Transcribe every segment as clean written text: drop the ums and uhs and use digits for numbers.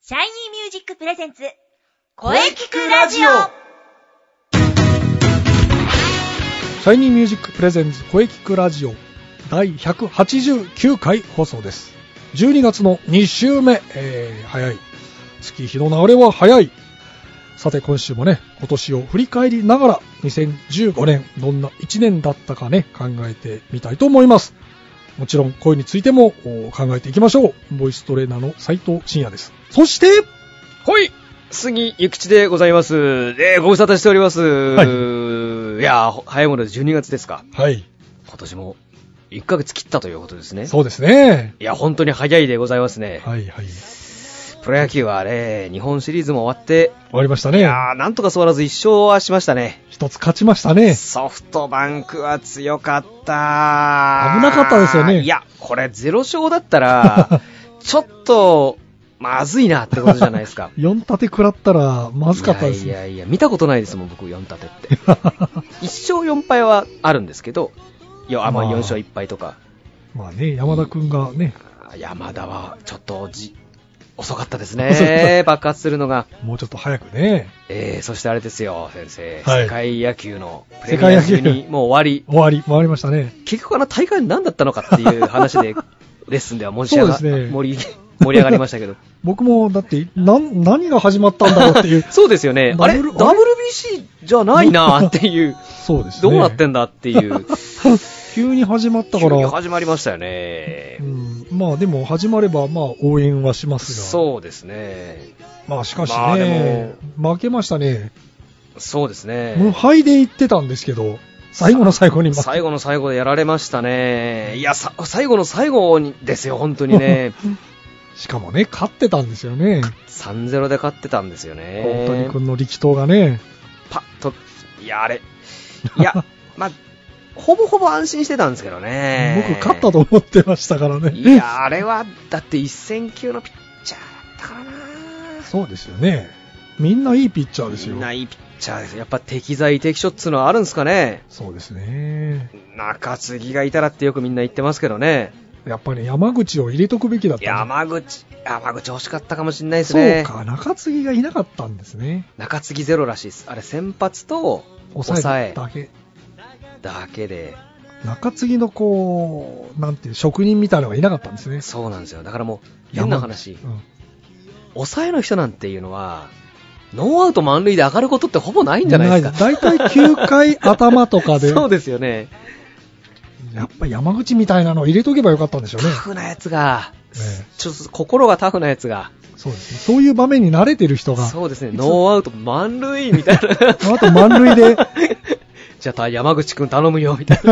シャイニーミュージックプレゼンツ声聞くラジオ。 シャイニーミュージックプレゼンツ声聞くラジオ第189回放送です。12月の2週目、早い。月日の流れは早い。さて今週もね、今年を振り返りながら2015年どんな1年だったかね、考えてみたいと思います。もちろん声についても考えていきましょう。ボイストレーナーの斉藤慎也です。そしてはい、杉ゆきちでございます。ご無沙汰しております。はい、いや早いもので12月ですか。 はい。 今年も1ヶ月切ったということですね。 そうですね。 いや本当に早いでございますね。 はいはい。 プロ野球はね、日本シリーズも終わって終わりましたね。 いやなんとか座らず1勝はしましたね。 一つ勝ちましたね。 ソフトバンクは強かった。 危なかったですよね。 いやこれ0勝だったらちょっとまずいなってことじゃないですか。 4立て食らったらまずかったですね。 いや見たことないですもん僕4立てって1勝4敗はあるんですけど、いや4勝1敗とか。 まあね、山田くんがね、 山田はちょっと遅かったですね。爆発するのがもうちょっと早くね。 そしてあれですよ先生、 はい、 世界野球のプレミア中にもう終わりましたね。 結局大会何だったのかっていう話でレッスンでは盛り上がりましたけど僕もだって何が始まったんだろうっていうそうですよね。あれ WBC じゃないなっていうそうですね。 どうなってんだっていう急に始まったから。 急に始まりましたよね。 まあでも始まればまあ応援はしますが。 そうですね。 まあしかしね、負けましたね。 そうですね。 無敗で行ってたんですけど、最後の最後に最後の最後でやられましたね。いや最後の最後にですよ本当にね。 しかもね勝ってたんですよね。 3-0で勝ってたんですよね。 大谷君の力投がね。 パッとまあほぼほぼ安心してたんですけどね。 僕勝ったと思ってましたからね。 いやあれはだって1000球のピッチャーだったからな。 そうですよね。みんないいピッチャーですよ。 みんないいピッチャーです。やっぱ適材適所っつうのはあるんですかね。 そうですね。 中継ぎがいたらってよくみんな言ってますけどね。 やっぱり山口を入れとくべきだった。 山口欲しかったかもしれないですね。 そうか、中継ぎがいなかったんですね。 中継ぎゼロらしいです。あれ先発と抑えだけで中継ぎのなんていう職人みたいなのがいなかったんですね。 そうなんですよ。だからもう変な話、抑えの人なんていうのはノーアウト満塁で上がることってほぼないんじゃないですか。 だいたい9回頭とかで。 そうですよね。 やっぱり山口みたいなのを入れとけばよかったんでしょうね。 タフなやつが、ちょっと心がタフなやつが。 そうですね。そういう場面に慣れてる人が。 そうですね。ノーアウト満塁みたいな。 あと満塁で。 じゃあ山口くん頼むよみたいな。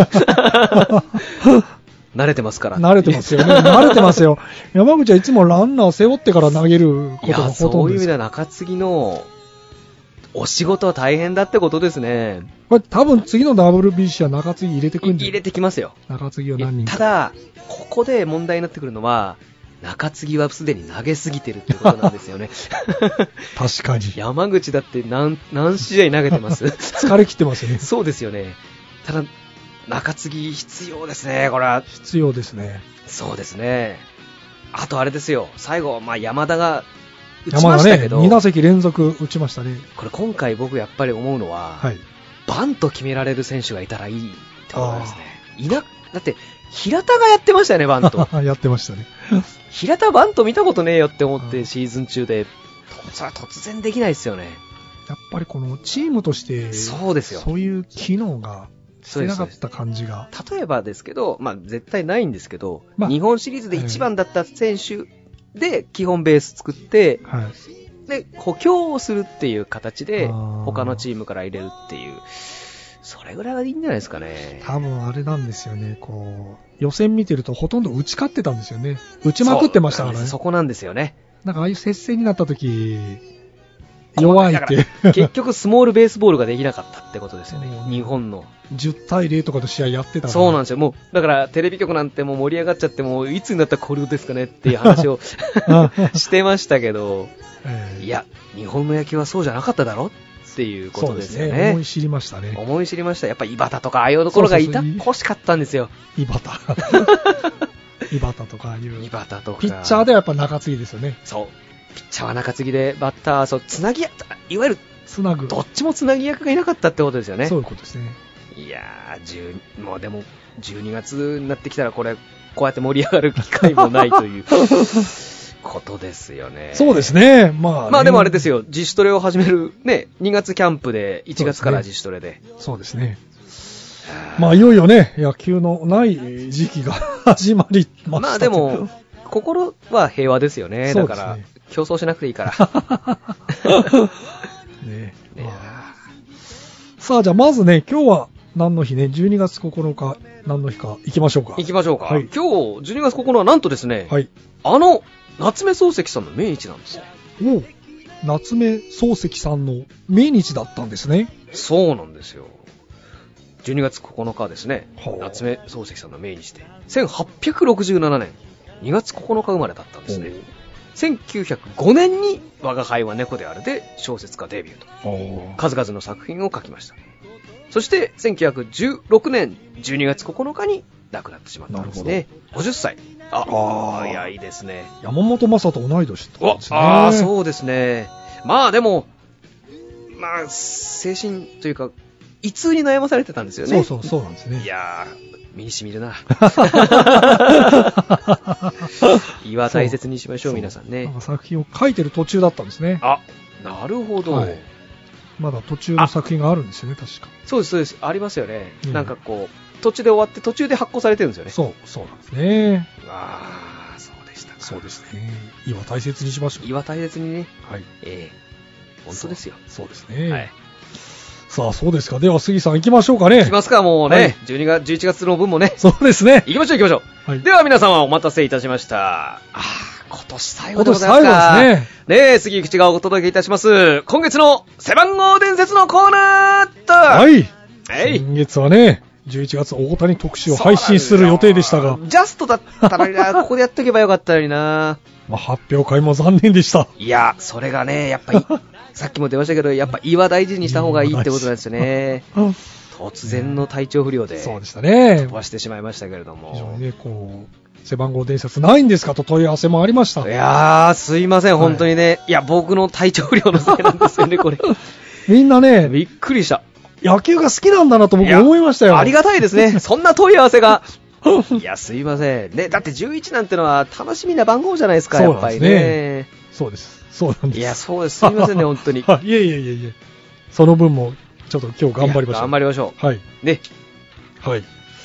慣れてますから。 慣れてますよね。慣れてますよ。山口はいつもランナー背負ってから投げることがほとんどです。いや、 そういう意味では中継ぎのお仕事は大変だってことですね。 これ多分次の WBC は中継ぎ入れてくるんじゃない？ 入れてきますよ。 中継ぎを何人か。 ただここで問題になってくるのは中継ぎはすでに投げすぎてるってことなんですよね。 確かに。 山口だって何試合投げてます？ 疲れ切ってますよね。 そうですよね。ただ中継ぎ必要ですね。これは必要ですね。 そうですね。あとあれですよ。最後山田が打ちましたけど、 2打席連続打ちましたね。 これ今回僕やっぱり思うのは、バント決められる選手がいたらいいってことなんですね。だって平田がやってましたよねバント。 やってましたね。 平田バント見たことねえよって思ってシーズン中で、それは突然できないですよね。 やっぱりこのチームとしてそうですよ。 そういう機能がしてなかった感じが。 例えばですけど、絶対ないんですけど、日本シリーズで1番だった選手で基本ベース作って、で補強をするっていう形で他のチームから入れるっていう、それぐらいはいいんじゃないですかね。 多分あれなんですよね。予選見てるとほとんど打ち勝ってたんですよね。打ちまくってましたからね。 そこなんですよね。 なんかああいう接戦になった時弱いって結局スモールベースボールができなかったってことですよね。日本の 10対0とかの試合やってたから。 そうなんですよ。もうだからテレビ局なんてもう盛り上がっちゃってもいつになったらこれですかねっていう話をしてましたけど、いや日本の野球はそうじゃなかっただろっていうことですよね。 そうですね。思い知りましたね。 思い知りました。やっぱり井端とかああいうところが欲しかったんですよ。 井端井端とかいう。 井端とか。 ピッチャーではやっぱ中継ぎですよね。 そう。 ピッチャーは中継ぎで、バッター、つなぎや、いわゆる、 つなぐ。 どっちもつなぎ役がいなかったってことですよね。 そういうことですね。 いやー、もうでも、12月になってきたら、こうやって盛り上がる機会もないということですよね。 そうですね。まあでもあれですよ、自主トレを始める、ね、2月キャンプで、1月から自主トレで。 そうですね。まあ、いよいよね、野球のない時期が始まりました。 まあでも、心は平和ですよね。だから、競争しなくていいから。 ねさあ、じゃあまずね、今日は何の日ね、12月9日、何の日か行きましょうか。 行きましょうか。はい、今日、12月9日はなんとですね、 はい、 夏目漱石さんの命日なんですね。 おう、夏目漱石さんの命日だったんですね。 そうなんですよ。12月9日はですね、夏目漱石さんの命日で、1867年2月9日生まれだったんですね。1905年に我が輩は猫であるで小説家デビューと、数々の作品を書きました。そして1916年12月9日に亡くなってしまったんですね。50歳。早いですね。 山本昌と同い年だったんですね。 そうですね。まあでも、まあ精神というか胃痛に悩まされてたんですよね。 そうなんですね。 いやー、身に染みるな。胃は大切にしましょう、皆さんね。 作品を書いてる途中だったんですね。 なるほど。 はい、まだ途中の作品があるんですよね、確か。 そうです。ありますよね。なんかこう、途中で終わって途中で発行されてるんですよね。 そうなんですね。 そうでしたか。 そうですね。胃は大切にしましょう。 胃は大切にね。 はい。 本当ですよ。 そうですね。 はい。 さあ、そうですか。では、杉さん行きましょうかね。 行きますか、もうね。はい、11月の分もね。 そうですね。 行きましょう。はい、では、皆様お待たせいたしました。今年最後でございますか。 今年最後ですね。 ねえ、杉口がお届けいたします。今月の背番号伝説のコーナーと。 はい。今月はね、11月大谷特集を配信する予定でしたが。 ジャストだったのにな、ここでやっとけばよかったのにな。 発表会も残念でした。 いや、それがね、やっぱり、さっきも出ましたけど、やっぱ胃は大事にした方がいいってことなんですよね。突然の体調不良で。 そうでしたね。 飛ばしてしまいましたけれども。 非常にね、背番号伝説ないんですかと問い合わせもありました。 いやー、すいません、本当にね。いや、僕の体調不良のせいなんですよね、これ。 みんなね、 びっくりした。 野球が好きなんだなと僕思いましたよ。 ありがたいですね。そんな問い合わせが。いや、すいません。ね、だって11なんてのは楽しみな番号じゃないですか、やっぱりね。 そうです。そうなんです。 いや、そうです。すいませんね、本当に。 いえ。その分も、ちょっと今日頑張りましょう。 頑張りましょう。 はい。 ね。 はい。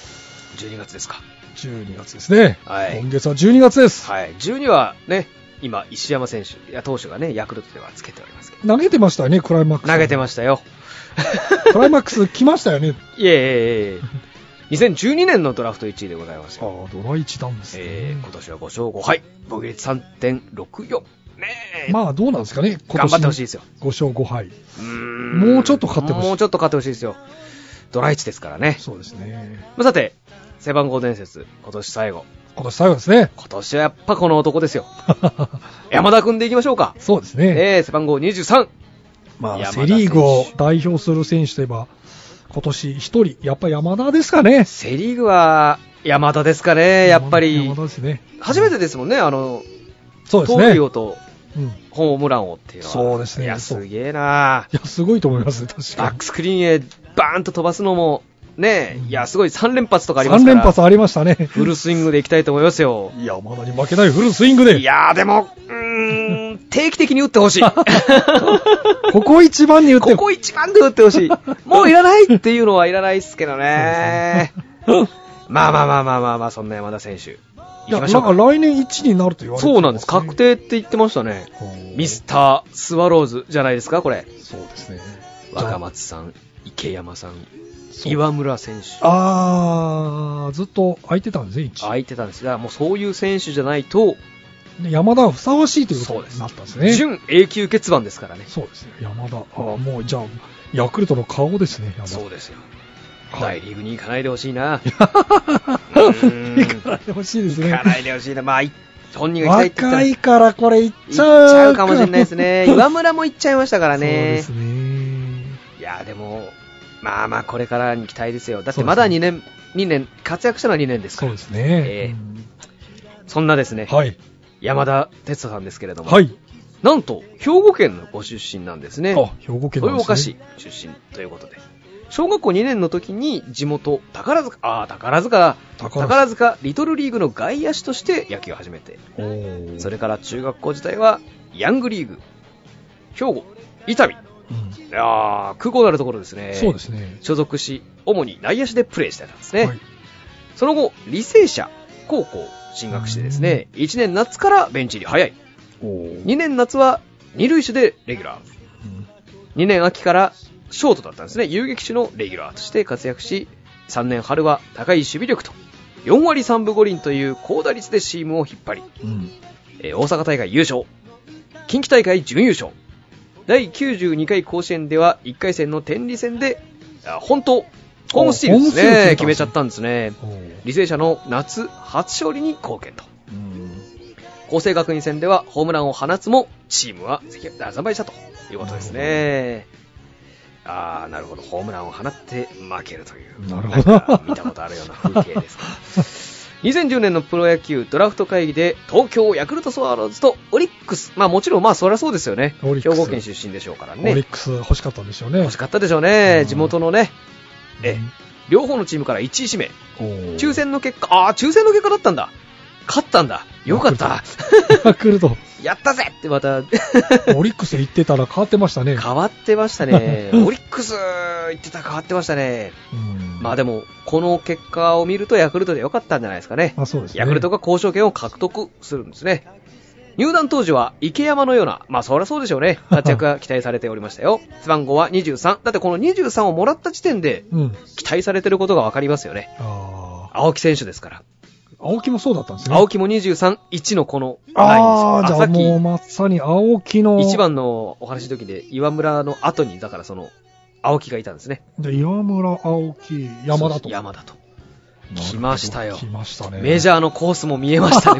12月ですか。 12月ですね。 はい。 今月は12月です。 はい。12はね、今、石山選手、投手がね、ヤクルトではつけておりますけど。 投げてましたよね、クライマックス。 投げてましたよ。 クライマックス来ましたよね。 いえ。2012年のドラフト1位でございますよ。ドラ1なんですね。 今年は5勝5敗。防御率 3.64。ねえ。 まあ、どうなんですかね。 頑張ってほしいですよ。 5勝5敗。もうちょっと勝ってほしい。 もうちょっと勝ってほしいですよ。ドラ1ですからね。 そうですね。 さて、背番号伝説、今年最後。 今年最後ですね。 今年はやっぱこの男ですよ。山田くんでいきましょうか。 そうですね。 背番号23。 まあ、セリーグを代表する選手といえば、今年一人、やっぱ山田ですかね。 セリーグは山田ですかね、やっぱり。 山田ですね。 初めてですもんね、 そうですね。 盗塁王とホームラン王っていうのは。 そうですね。 いや、すげえな。 いや、すごいと思いますね、確かに。 バックスクリーンへバーンと飛ばすのも、ね、いや、すごい3連発とかありますから。 3連発ありましたね。 フルスイングでいきたいと思いますよ。 いや、まだに負けないフルスイングで。 いや、でも、定期的に打ってほしい。 ここ一番に打って。 ここ一番で打ってほしい。もういらないっていうのはいらないっすけどね。まあ、そんな山田選手。 いや、なんか来年1になると言われてますね。 そうなんです。確定って言ってましたね。ミスタースワローズじゃないですか、これ。 そうですね。 若松さん、池山さん、岩村選手。 ずっと空いてたんですね、 空いてたんです。だからもうそういう選手じゃないと、 山田はふさわしいということになったんですね。 準永久欠番ですからね。 そうですね、山田。もうじゃあ、ヤクルトの顔ですね、山田。 そうですよ。大リーグに行かないでほしいな。 行かないでほしいですね。 行かないでほしいな。まあ、本人が行きたいって言ったら。 若いからこれ行っちゃうかもしれないですね。岩村も行っちゃいましたからね。 そうですね。 いや、でも、まあ、これからに期待ですよ。だってまだ2年、活躍したのは2年ですから。 そうですね。 そんなですね。 はい。 山田哲人さんですけれども。 はい。 なんと、兵庫県のご出身なんですね。 あ、兵庫県なんですね。 豊岡市出身ということで。小学校2年の時に地元、宝塚リトルリーグの外野手として野球を始めて、それから中学校時代はヤングリーグ、兵庫、伊丹、いやー、空港のあるところですね。 そうですね。 所属し、主に内野手でプレーしてたんですね。 はい、 その後、履正社高校進学してですね、1年夏からベンチ入り早い。2年夏は二塁手でレギュラー。2年秋からショートだったんですね。遊撃手のレギュラーとして活躍し、3年春は高い守備力と、4割3分5厘という高打率でチームを引っ張り、大阪大会優勝、近畿大会準優勝、第92回甲子園では1回戦の天理戦で、ホームスチールですね。決めちゃったんですね。履正社の夏初勝利に貢献と。厚生学院戦ではホームランを放つも、チームは惨敗したということですね。なるほど。ホームランを放って負けるという。 なるほど。 見たことあるような風景ですか。2010年のプロ野球ドラフト会議で東京ヤクルトスワローズとオリックス。もちろんそりゃそうですよね。兵庫県出身でしょうからね。 オリックス欲しかったんでしょうね。 欲しかったでしょうね。地元のね。両方のチームから1位指名。抽選の結果だったんだ。勝ったんだ。よかった。 ヤクルト。 やったぜってまた。 オリックス行ってたら変わってましたね。 変わってましたね。オリックス行ってたら変わってましたね。でも、この結果を見るとヤクルトでよかったんじゃないですかね。 そうですね。 ヤクルトが交渉権を獲得するんですね。入団当時は池山のような、そりゃそうでしょうね。活躍が期待されておりましたよ。背番号は23。だってこの23をもらった時点で、期待されてることがわかりますよね。青木選手ですから。 青木もそうだったんですね。 青木も23、1のこのラインです。 じゃあもうまさに青木の。 1番のお話の時で、岩村の後に、だからその、青木がいたんですね。 で、岩村、青木、山田と。 山田と。来ましたよ。 来ましたね。 メジャーのコースも見えましたね。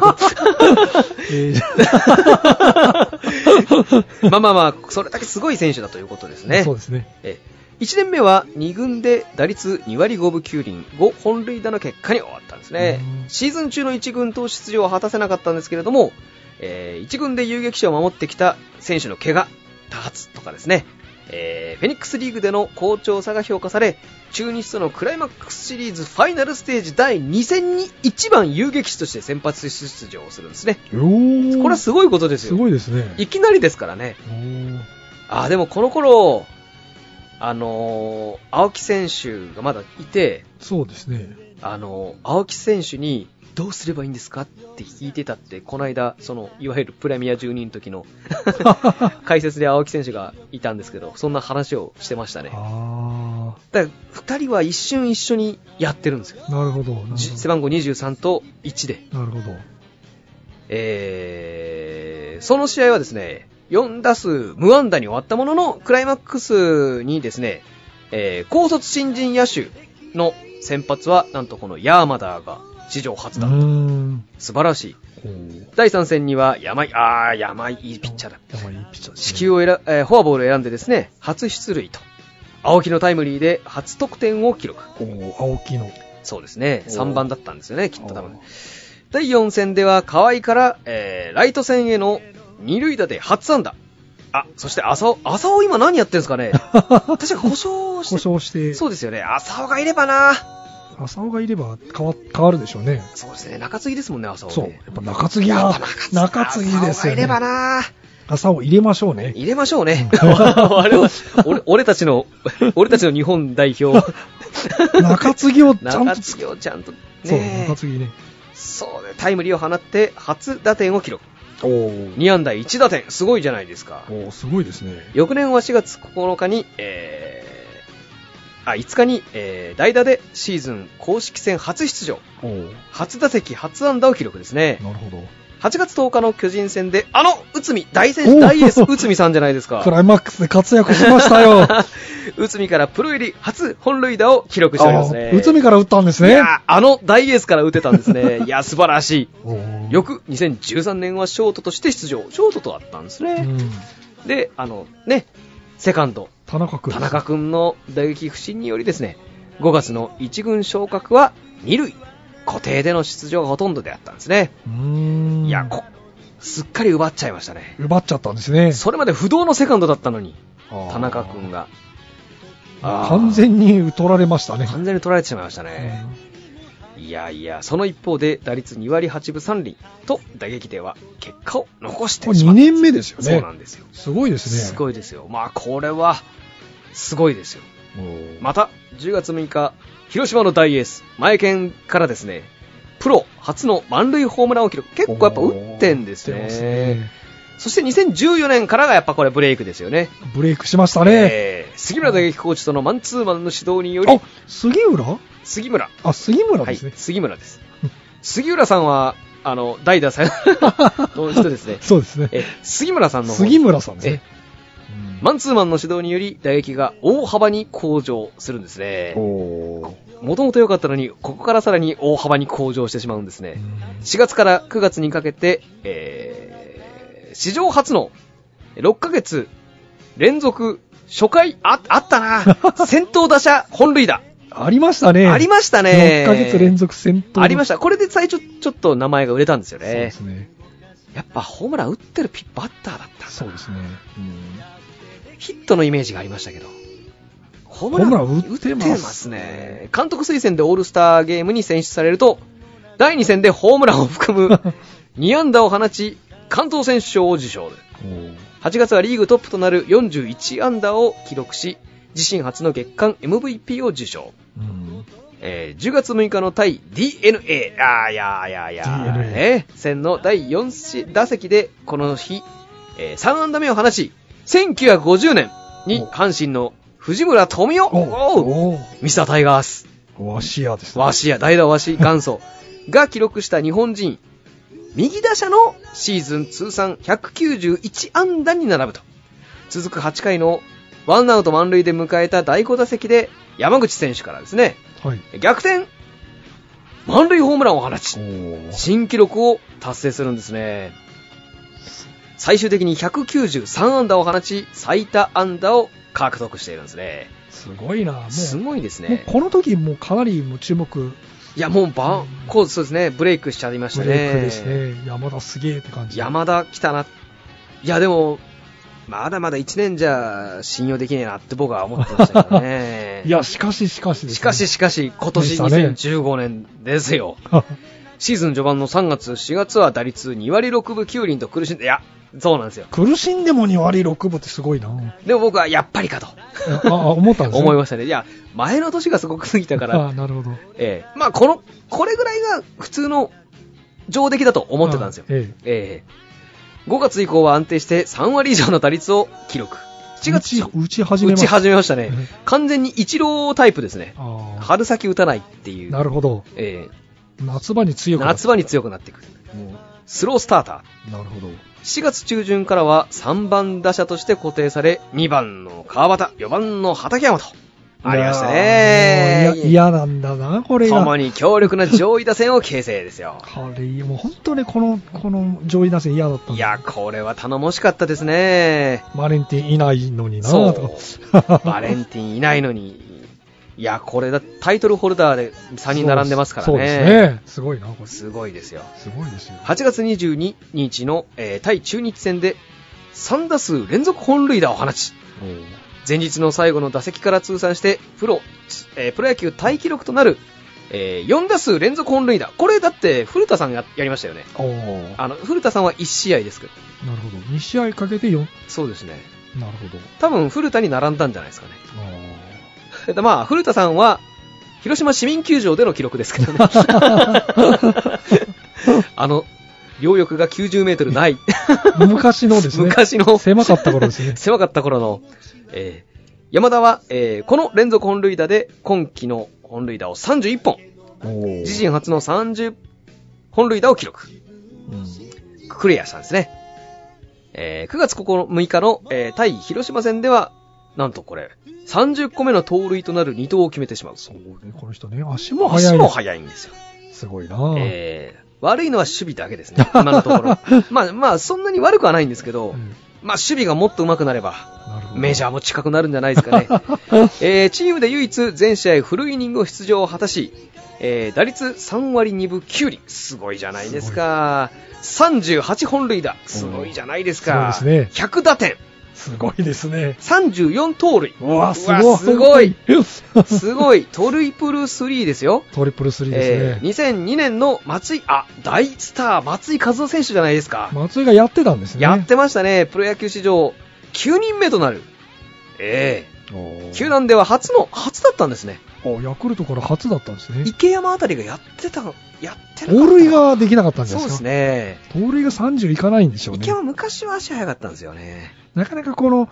それだけすごい選手だということですね。 そうですね。 1年目は2軍で打率2割5分9厘5本塁打の結果に終わったんですね。シーズン中の1軍投出場は果たせなかったんですけれども、1軍で遊撃手を守ってきた選手の怪我多発とかですね、フェニックスリーグでの好調さが評価され、中日とのクライマックスシリーズファイナルステージ第2戦に1番遊撃手として先発出場するんですね。これはすごいことですよ。 すごいですね。 いきなりですからね。でもこの頃青木選手がまだいて、 そうですね。 青木選手にどうすればいいんですかって聞いてたって、この間、いわゆるプレミア12の時の解説で青木選手がいたんですけど、そんな話をしてましたね。だから2人は一瞬一緒にやってるんですよ。 なるほど。 背番号23と1で。 なるほど。 その試合はですね、4打数無安打に終わったものの、クライマックスにですね、高卒新人野手の先発は、なんとこのヤーマダーが史上初だった。素晴らしい。第3戦には山井いいピッチャーだ。四球をフォアボールを選んでですね、初出塁と。青木のタイムリーで初得点を記録。 青木の。 そうですね、3番だったんですよね、きっと多分。第4戦では河合から、ライト線への二塁打で初安打。そして浅尾今何やってんですかね。確か故障して。そうですよね。浅尾がいればな。 浅尾がいれば変わるでしょうね。 そうですね。中継ぎですもんね、浅尾ね。 そう。やっぱ中継ぎですよね。 浅尾がいればな。 浅尾入れましょうね。 入れましょうね。俺たちの日本代表。 中継ぎをちゃんと。 そう、 中継ぎね。 そうね。タイムリーを放って初打点を記録。2安打1打点。すごいじゃないですか。 すごいですね。 翌年は4月9日に、5日に、代打でシーズン公式戦初出場。初打席初安打を記録ですね。 なるほど。 8月10日の巨人戦で、内海、大エース、内海さんじゃないですか。 クライマックスで活躍しましたよ。 内海からプロ入り初本塁打を記録しておりますね。 内海から打ったんですね。 いや、大エースから打てたんですね。いや、素晴らしい。翌2013年はショートとして出場。ショートとあったんですね。で、セカンド。田中君の打撃不振によりですね、5月の1軍昇格は2塁。固定での出場がほとんどであったんですね。いや、 すっかり奪っちゃいましたね。 奪っちゃったんですね。 それまで不動のセカンドだったのに、田中君が。 完全に取られましたね。 完全に取られてしまいましたね。いやいや、その一方で打率2割8分3厘と打撃では結果を残してしまった。 2年目ですよね。 そうなんですよ。 すごいですね。 すごいですよ。まあこれはすごいですよ。また10月6日、広島の大エース前健からですね、プロ初の満塁ホームランを記録。結構やっぱ打ってんですね。そして2014年からがやっぱこれブレイクですよね。 ブレイクしましたね。 杉村打撃コーチとのマンツーマンの指導により。 杉村杉村ですね。 はい、 杉村です。杉浦さんは、代打さんの人ですね。 そうですね。 杉村さんの方。 杉村さんですね。 マンツーマンの指導により打撃が大幅に向上するんですね。もともと良かったのに、ここからさらに大幅に向上してしまうんですね。4月から9月にかけて、史上初の6ヶ月連続初回、あったな先頭打者本塁打。 ありましたね。 ありましたね。 6ヶ月連続先頭。 ありました。これで最初ちょっと名前が売れたんですよね。 そうですね。 やっぱホームラン打ってるバッターだったんだ。 そうですね。 ヒットのイメージがありましたけど。ホームラン打ってますね。監督推薦でオールスターゲームに選出されると、第2戦でホームランを含む2安打を放ち、関東選手賞を受賞。8月はリーグトップとなる41安打を記録し、自身初の月間 MVP を受賞。10月6日の対 DNA 戦の第4打席でこの日、3安打目を放ち、1950年に阪神の藤村富美男ミスタータイガースワシアですね。 ワシア、代打ワシ元祖が記録した日本人右打者のシーズン通算191安打に並ぶと。続く8回のワンアウト満塁で迎えた第5打席で山口選手からですね、はい、逆転満塁ホームランを放ち、新記録を達成するんですね。最終的に193安打を放ち、最多安打を獲得しているんですね。 すごいな。もうすごいですね。 もうこの時もうかなり注目。 いやもうそうですね、ブレイクしちゃいましたね。 ブレイクですね。山田すげえって感じ。 山田来たな。いやでもまだまだ1年じゃ信用できねえなって僕は思ってましたけどね。 いやしかしですね。 しかし今年2015年ですよ。シーズン序盤の3月4月は打率2割6分9厘と苦しんで、いやそうなんですよ。 苦しんでも2割6分ってすごいな。 でも僕はやっぱりかと思ったんですね。 思いましたね。いや前の年がすごく過ぎたからなるほど。 まあこれぐらいが普通の上出来だと思ってたんですよ。5月以降は安定して3割以上の打率を記録。7月打ち始めましたね。 完全にイチロータイプですね。春先打たないっていう。 なるほど。夏場に強くなっていく。スロースターター。 なるほど。 7月中旬からは3番打者として固定され、2番の川端、4番の畠山とありましたね。 嫌なんだな、これが。 共に強力な上位打線を形成ですよ。 これ、もう本当にこの上位打線嫌だったんだ。 いや、これは頼もしかったですね。 バレンティンいないのになと。バレンティンいないのに。いや、これだ、タイトルホルダーで3人並んでますからね。 そうですね。すごいな、これ。 すごいですよ。 すごいですよ。 8月22日の、対中日戦で3打数連続本塁打を放ち、前日の最後の打席から通算してプロ野球タイ記録となる、4打数連続本塁打。これだって古田さんがやりましたよね。古田さんは1試合ですけど。 なるほど。2試合かけて4。 そうですね。 なるほど。 多分古田に並んだんじゃないですかね。まあ古田さんは広島市民球場での記録ですけどね。両翼が90メートルない。 昔のですね。 昔の。 狭かった頃ですね。 狭かった頃の。山田は、この連続本塁打で今季の本塁打を31本。自身初の30本塁打を記録。クリアしたんですね。9月6日の、対広島戦では、なんとこれ、30個目の盗塁となる2投を決めてしまう。 そうね、この人ね、足も速いんですよ。 すごいな。 悪いのは守備だけですね、今のところ。まあ、そんなに悪くはないんですけど、まあ、守備がもっと上手くなれば、メジャーも近くなるんじゃないですかね。チームで唯一全試合フルイニング出場を果たし、打率3割2分9厘。すごいじゃないですか。 38本塁打。すごいじゃないですか。 そうですね。 100打点。 すごいですね。 34盗塁。 うわ、すごい。 すごい。すごい。トリプルスリーですよ。 トリプルスリーですね。2002年の大スター、松井一夫選手じゃないですか。 松井がやってたんですね。 やってましたね。プロ野球史上9人目となる。球団では初だったんですね。 ヤクルトから初だったんですね。 池山あたりがやってなかった。 盗塁ができなかったんですか。 そうですね。 盗塁が30いかないんでしょうね。 池山昔は足早かったんですよね。 なかなかこの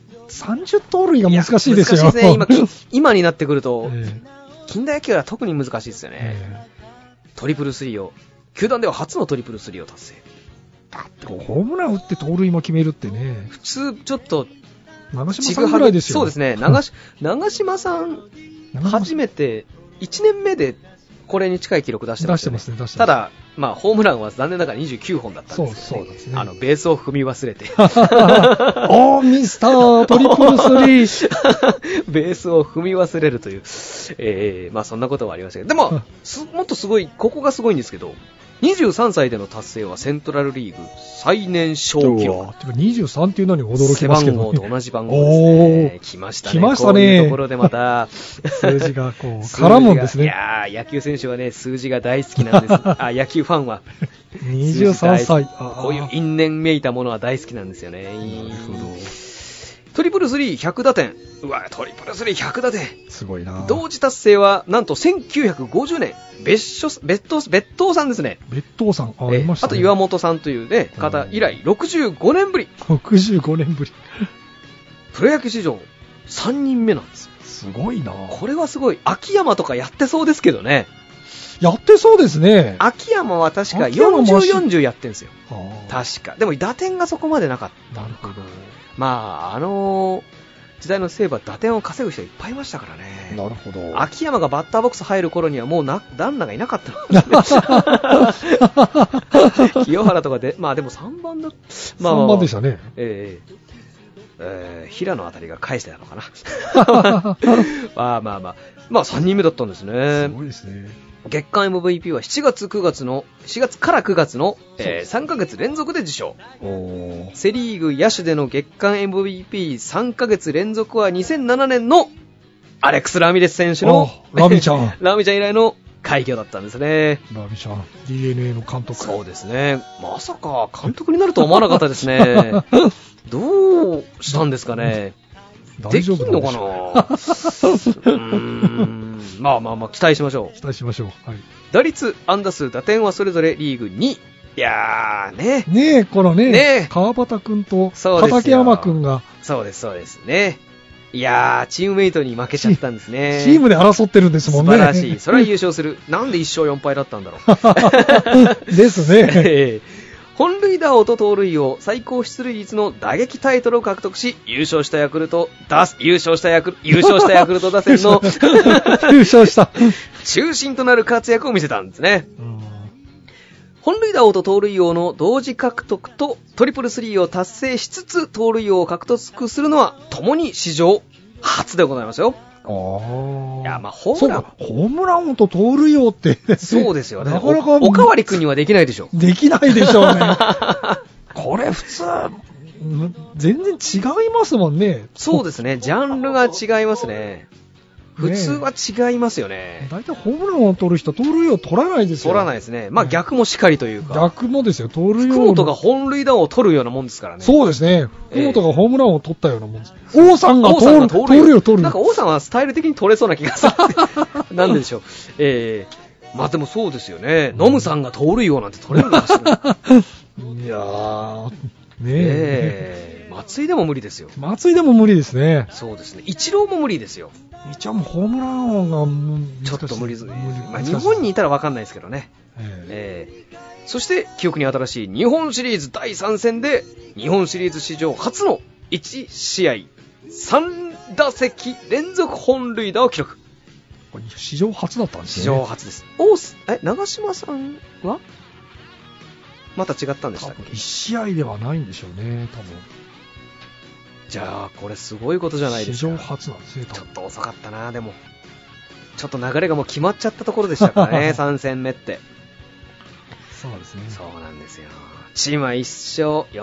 30盗塁が難しいですよ。 難しいですね。今になってくると、近代野球は特に難しいですよね。トリプルスリーを、球団では初のトリプルスリーを達成。 だってホームラン打って盗塁も決めるってね。 普通ちょっと長嶋さんぐらいですよ。 そうですね。長嶋さん初めて1年目でこれに近い記録出してますね。ただ、ホームランは残念ながら29本だったんですよね。そうですね。ベースを踏み忘れて。 ミスタートリプルスリー。 ベースを踏み忘れるという、そんなことはありましたけど、でも、もっとすごい、ここがすごいんですけど、23歳での達成はセントラルリーグ最年少記録。 23っていうのに驚きますけど、ね。 背番号と同じ番号ですね。来ましたね。 来ましたね。 こういうところでまた数字がこう絡むんですね。 いやー、野球選手はね、数字が大好きなんです。野球ファンは。 23歳。 こういう因縁めいたものは大好きなんですよね。なるほど。トリプルスリー100打点。うわ、トリプルスリー100打点。 すごいな。 同時達成は、なんと1950年、別当さんですね。 別当さん、ありましたね。 あと岩本さんというね、方以来、65年ぶり。 65年ぶり。 プロ野球史上3人目なんですよ。 すごいな。 これはすごい。秋山とかやってそうですけどね。 やってそうですね。 秋山は確か40、40やってんですよ。確か。でも打点がそこまでなかった。 なるほど。 時代のセーブは打点を稼ぐ人いっぱいいましたからね。 なるほど。 秋山がバッターボックス入る頃にはもう旦那がいなかったの。清原とかで、でも3番だ。 3番でしたね。 平野あたりが返してたのかな。3人目だったんですね。 すごいですね。 月間 MVP は4月から9月の、3ヶ月連続で受賞。セリーグ野手での月間 MVP3 ヶ月連続は2007年のアレックス・ラミレス選手のラミちゃん以来の快挙だったんですね。 ラミちゃん DNA の監督。 そうですね。まさか監督になるとは思わなかったですね。どうしたんですかね。できんのかな。期待しましょう。 期待しましょう。はい。 打率、安打数、打点はそれぞれリーグ2位。いやーね。 ねえ、このね、川端くんと畠山くんが。 そうですね。いやー、チームメイトに負けちゃったんですね。 チームで争ってるんですもんね。 素晴らしい。それは優勝する。なんで1勝4敗だったんだろう。ですね。 本塁打王と盗塁王、最高出塁率の打撃タイトルを獲得し、優勝したヤクルト打線の優勝した中心となる活躍を見せたんですね。本塁打王と盗塁王の同時獲得とトリプルスリーを達成しつつ盗塁王を獲得するのは共に史上初でございますよ。いや、ホームラン王と盗塁王って。 そうですよね。なかなかおかわり君にはできないでしょ。 できないでしょうね。これ普通、全然違いますもんね。 そうですね。ジャンルが違いますね。普通は違いますよね。 だいたいホームランを取る人、盗塁を取らないですよ。 取らないですね。逆もしかりというか。 逆もですよ、盗塁を。 福本が本塁打を取るようなもんですからね。 そうですね。福本がホームランを取ったようなもんです。王さんが盗塁を取る。 なんか王さんはスタイル的に取れそうな気がする。なんでしょう。でもそうですよね。ノムさんが盗塁王なんて取れるかもしれない。 いやー、 松井でも無理ですよ。 松井でも無理ですね。 そうですね。イチローも無理ですよ。 一応もうホームラン王がちょっと無理です。日本にいたら分かんないですけどね。そして記憶に新しい日本シリーズ第3戦で日本シリーズ史上初の1試合3打席連続本塁打を記録。 これ史上初だったんですね。 史上初です。長嶋さんはまた違ったんでしたっけ ？1試合ではないんでしょうね、多分。 じゃあこれすごいことじゃないですか。 史上初なんですね。 ちょっと遅かったな。でもちょっと流れがもう決まっちゃったところでしたからね。3戦目って。 そうですね。 そうなんですよ。チームは1勝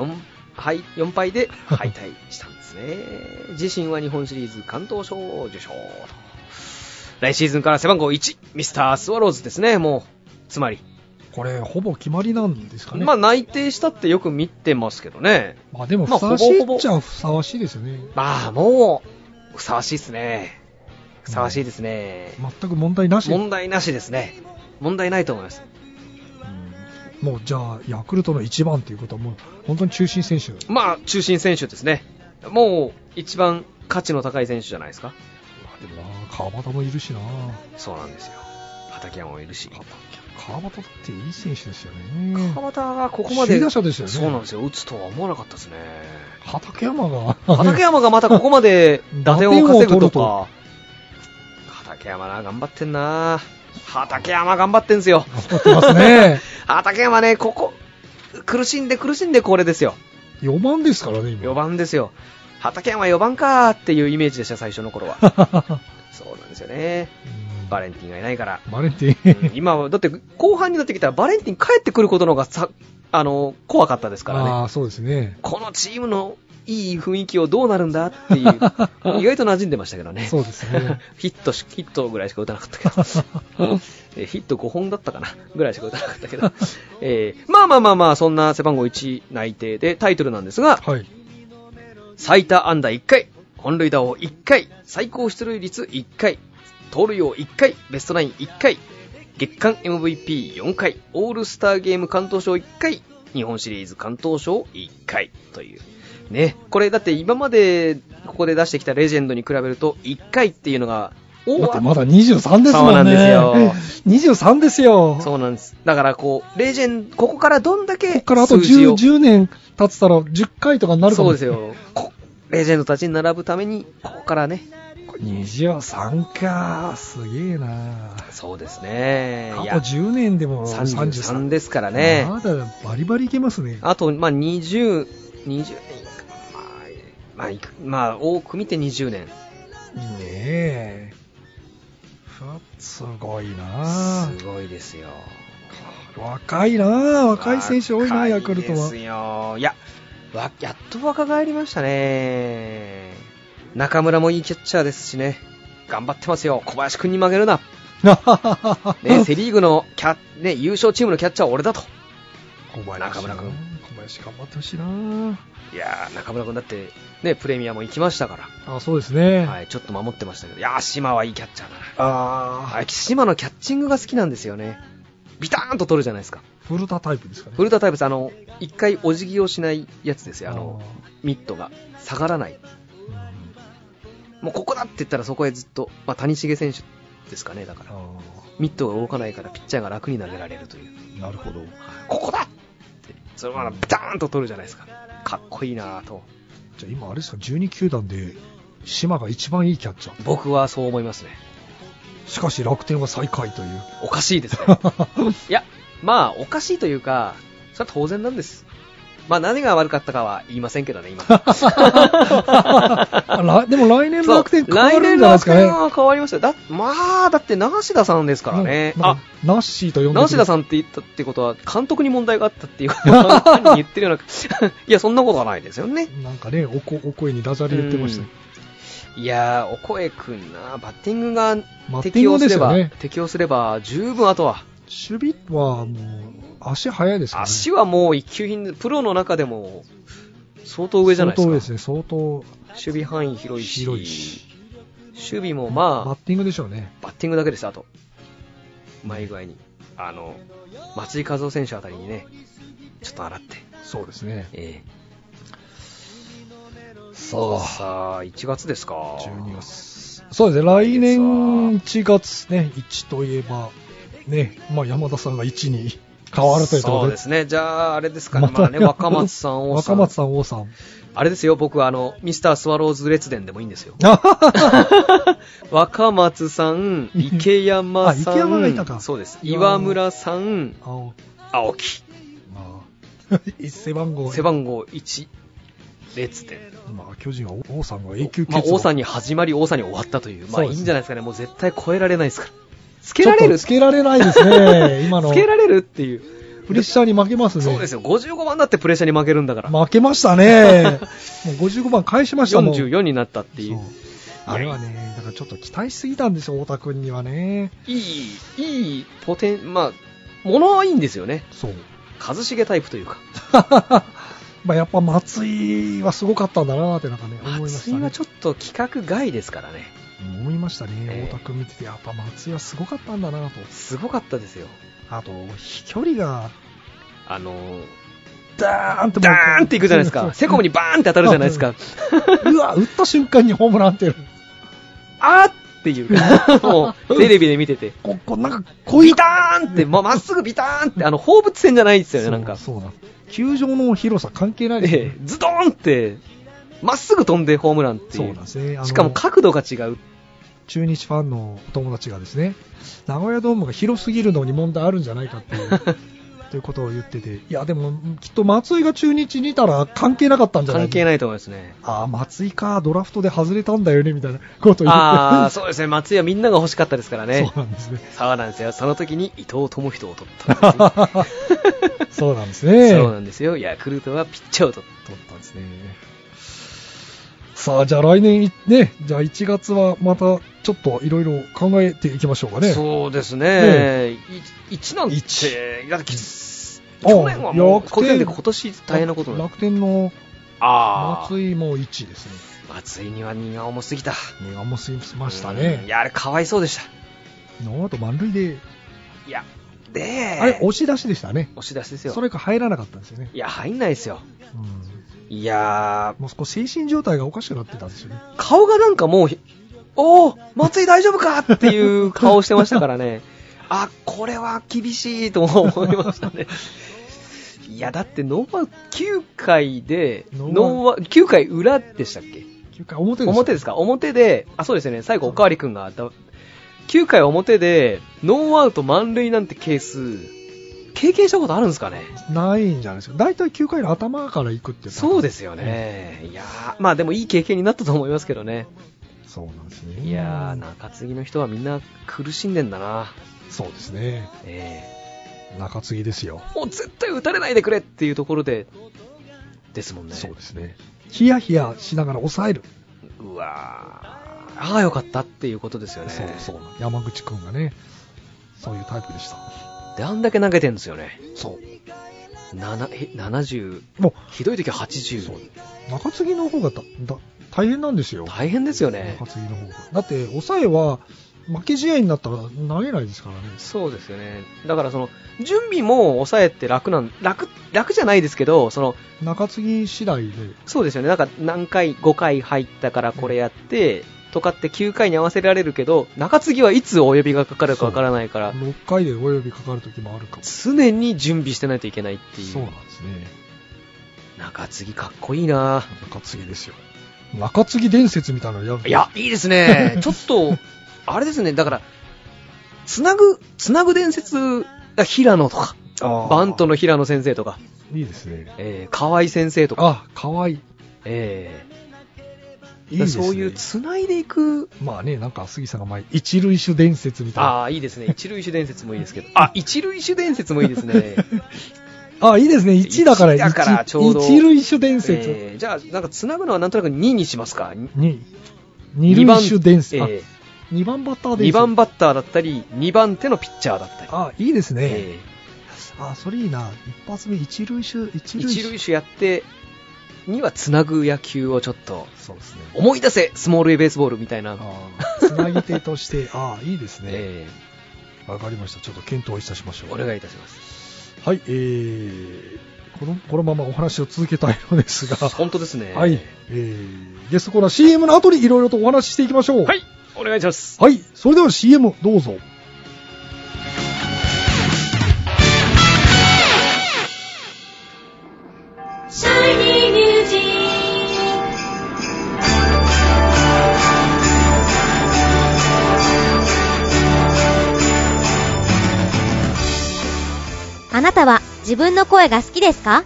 4敗で敗退したんですね。自身は日本シリーズ関東賞を受賞と。来シーズンから背番号1、ミスタースワローズですね、もう。つまり。 これ、ほぼ決まりなんですかね。 まあ、内定したってよく見てますけどね。 まあ、でも、ふさわしいっちゃふさわしいですよね。 まあ、もう、ふさわしいですね。ふさわしいですね。 全く問題なし。 問題なしですね。問題ないと思います。 もう、じゃあ、ヤクルトの1番ということは、もう、本当に中心選手。 まあ、中心選手ですね。もう、一番価値の高い選手じゃないですか。 でもな、川端もいるしな。 そうなんですよ。畠山もいるし。 川端だっていい選手ですよね。 川端がここまで。 首位打者ですよね。 そうなんですよ。打つとは思わなかったですね。 畠山がまたここまで打点を稼ぐとか。畠山な、頑張ってんな。畠山頑張ってんすよ。 頑張ってますね。 畠山ね、ここ、苦しんでこれですよ。 4番ですからね、今。 4番ですよ。畠山4番かーっていうイメージでした、最初の頃は。そうなんですよね。バレンティンがいないから。 バレンティン、 今は、だって後半になってきたらバレンティン帰ってくることの方が怖かったですからね。 ああ、そうですね。 このチームのいい雰囲気をどうなるんだっていう、意外と馴染んでましたけどね。 そうですね。 ヒットぐらいしか打たなかったけど。ヒット5本だったかなぐらいしか打たなかったけど。まあ、そんな背番号1内定でタイトルなんですが、 はい。 最多安打1回、本塁打王1回、最高出塁率1回、盗塁王1回、ベストナイン1回、月間 MVP4 回、オールスターゲーム関東賞1回、日本シリーズ関東賞1回という。ね、これだって今までここで出してきたレジェンドに比べると1回っていうのがだってまだ23ですもんね。 そうなんですよ。 23ですよ。 そうなんです。だからここからどんだけここからあと 10年経ってたら10回とかになるかも。 そうですよ。レジェンドたちに並ぶために、ここからね。 23か、すげえな。 そうですね。 あと10年でも 33ですからね。 まだバリバリいけますね。 あと、20年まあ、多く見て20年。 ねえ。すごいな。 すごいですよ。 若いな。若い選手多いな、ヤクルトは。 ですよ。やっと若返りましたね。中村もいいキャッチャーですしね。頑張ってますよ。小林くんに負けるな。ね、セリーグの優勝チームのキャッチャーは俺だと。中村くん。 小林頑張ってほしいな。 いやー、中村くんだって、ね、プレミアも行きましたから。 あ、そうですね。 はい、ちょっと守ってましたけど。いやー、島はいいキャッチャーだな。 あ島のキャッチングが好きなんですよね。ビターンと取るじゃないですか。 古田タイプですかね。 古田タイプです。一回お辞儀をしないやつですよ。ミットが下がらない。もうここだって言ったらそこへずっと、まあ、谷繁選手ですかね。だからミットが動かないからピッチャーが楽に投げられるという。 なるほど。 ここだってそのままビターンと取るじゃないですか。かっこいいなぁと。 じゃあ今あれですか、12球団で島が一番いいキャッチャー。 僕はそう思いますね。 しかし楽天は最下位という。 おかしいですね。いや、まあおかしいというか、それは当然なんです。まあ何が悪かったかは言いませんけどね、今。 でも来年の楽天変わるんじゃないですかね。 来年の楽天は変わりますよ。だって梨田さんですからね。 ナッシーと呼んで梨田さんって言ったってことは、監督に問題があったっていうことを言ってるような。いや、そんなことはないですよね。 なんかね、お声にダジャレ言ってました。 いやー、お声くんな、バッティングが適応すれば、十分あとは。 守備はもう、足速いですからね。 足はもう一級品で、プロの中でも、相当上じゃないですか。 相当上ですね、相当。 守備範囲広いし。守備もまあ、 バッティングでしょうね。 バッティングだけです、あと。うまい具合に。松井和夫選手あたりにね、ちょっと洗って。 そうですね。 さあ、1月ですか。 12月。そうですね、来年1月ね、1といえば、ね、まあ山田さんが1に変わるというところで。 そうですね、じゃあ、あれですかね、まあね、若松さん、王さん。 若松さん、王さん。 あれですよ、僕ミスタースワローズ列伝でもいいんですよ。若松さん、池山さん、 池山がいたか。 そうです。岩村さん、青木。 背番号 1、列伝。 まあ、巨人は王さんが永久欠まあ、王さんに始まり、王さんに終わったという。まあ、いいんじゃないですかね。もう絶対超えられないですから。つけられるつけられないですね、今の。 つけられるっていう。 プレッシャーに負けますね。 そうですよ。55番だってプレッシャーに負けるんだから。 負けましたね。もう55番返しましたもん。 44になったっていう。 あれはね、だからちょっと期待しすぎたんですよ、太田君にはね。 いいまあ、物はいいんですよね。 そう。 一茂タイプというか。 まあやっぱ松井はすごかったんだなーってなんかね、思いましたね。 松井はちょっと規格外ですからね。 思いましたね、太田君見てて、やっぱ松井はすごかったんだなと。 すごかったですよ。 あと、飛距離が、 ダーンっていくじゃないですか。セコムにバーンって当たるじゃないですか。 うわ、打った瞬間にホームランってる。 あーっていう。もう、テレビで見てて。 なんか、こういう。 ビターンって、まっすぐビターンって、放物線じゃないですよね、なんか。 そうな。球場の広さ関係ないですね。 ズドーンって、まっすぐ飛んでホームランっていう。 そうなんですね。 しかも角度が違う。 中日ファンのお友達がですね、名古屋ドームが広すぎるのに問題あるんじゃないかっていうということを言ってて、いやでもきっと松井が中日にいたら関係なかったんじゃないか。 関係ないと思いますね。 ああ、松井か、ドラフトで外れたんだよねみたいなことを言って。 ああ、そうですね。松井はみんなが欲しかったですからね。 そうなんですね。 そうなんですよ。その時に伊藤智人を取ったんです。 そうなんですね。 そうなんですよ。ヤクルトはピッチャーを取ったんですね。 さあ、じゃあ来年ね、じゃあ1月はまたちょっといろいろ考えていきましょうかね。 そうですね。1なんて、去年はもう楽天で今年大変なことになる。 楽天の松井も1ですね。 松井には荷が重すぎた。 荷が重すぎましたね。 いや、あれかわいそうでした。 ノーアウト満塁で。 いや、 あれ押し出しでしたね。 押し出しですよ。 それか入らなかったんですよね。 いや、入んないですよ。いやー、 もう少し精神状態がおかしくなってたんですよね。 顔がなんかもう、松井大丈夫かっていう顔してましたからね。あ、これは厳しいと思いましたね。いや、だってノーアウト9回で、9回裏でしたっけ ?9 回表ですか。表で、そうですね、最後おかわりくんが、9回表で、ノーアウト満塁なんてケース、経験したことあるんですかね。 ないんじゃないですか。だいたい9回の頭から行くって。 そうですよね。いやー、まあでもいい経験になったと思いますけどね。 そうなんですね。 いやー、中継ぎの人はみんな苦しんでんだな。 そうですね。中継ぎですよ。もう絶対打たれないでくれっていうところで、ですもんね。 そうですね。ヒヤヒヤしながら抑える。 うわー、よかったっていうことですよね。 そう。山口くんがね、そういうタイプでした。 で、あんだけ投げてんですよね。 そう。 70、ひどい時は80。そう。 中継ぎの方が大変なんですよ。 大変ですよね。 中継ぎの方が。だって、抑えは、負け試合になったら投げないですからね。 そうですよね。だから準備も抑えって楽じゃないですけど、 中継ぎ次第で。 そうですよね。なんか何回、5回入ったからこれやって、とかって9回に合わせられるけど、中継ぎはいつお呼びがかかるかわからないから。 6回でお呼びかかる時もあるかも。 常に準備してないといけないっていう。 そうなんですね。 中継ぎかっこいいな。 中継ぎですよ。中継ぎ伝説みたいなのやる。 いや、いいですね。ちょっと、あれですね、だから、つなぐ伝説、平野とか、バントの平野先生とか。 いいですね。 河合先生とか。 河合。いいですね。 そういうつないでいく。 まあね、なんか杉さんが前、一塁手伝説みたいな。 いいですね。一塁手伝説もいいですけど。一塁手伝説もいいですね。 いいですね。1だからちょうど。 一塁手伝説。 じゃあ、なんかつなぐのはなんとなく2にしますか。 二塁手伝説。2番バッターです。 2番バッターだったり、2番手のピッチャーだったり。いいですね。それいいな。一発目一塁手やって、にはつなぐ野球をちょっと、 そうですね。 思い出せスモール A ベースボールみたいな。 つなぎ手として、いいですね。わかりました。ちょっと検討いたしましょう。 お願いいたします。 はい、このままお話を続けたいのですが。 本当ですね。 はい、ゲストコーナー CM の後にいろいろとお話ししていきましょう。 はい。お願いします。 はい。それでは CM どうぞ。 シャイニーミュージック。 あなたは自分の声が好きですか？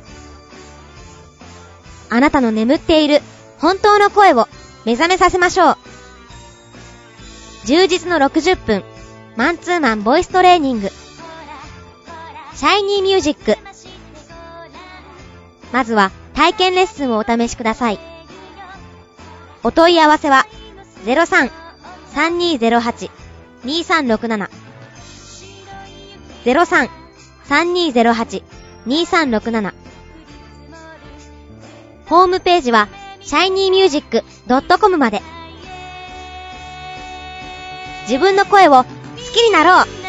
あなたの眠っている本当の声を目覚めさせましょう。充実の60分マンツーマンボイストレーニング、シャイニーミュージック。 まずは体験レッスンをお試しください。お問い合わせは 03-3208-2367 03-3208-2367 ホームページは shinymusic.com まで。自分の声を好きになろう。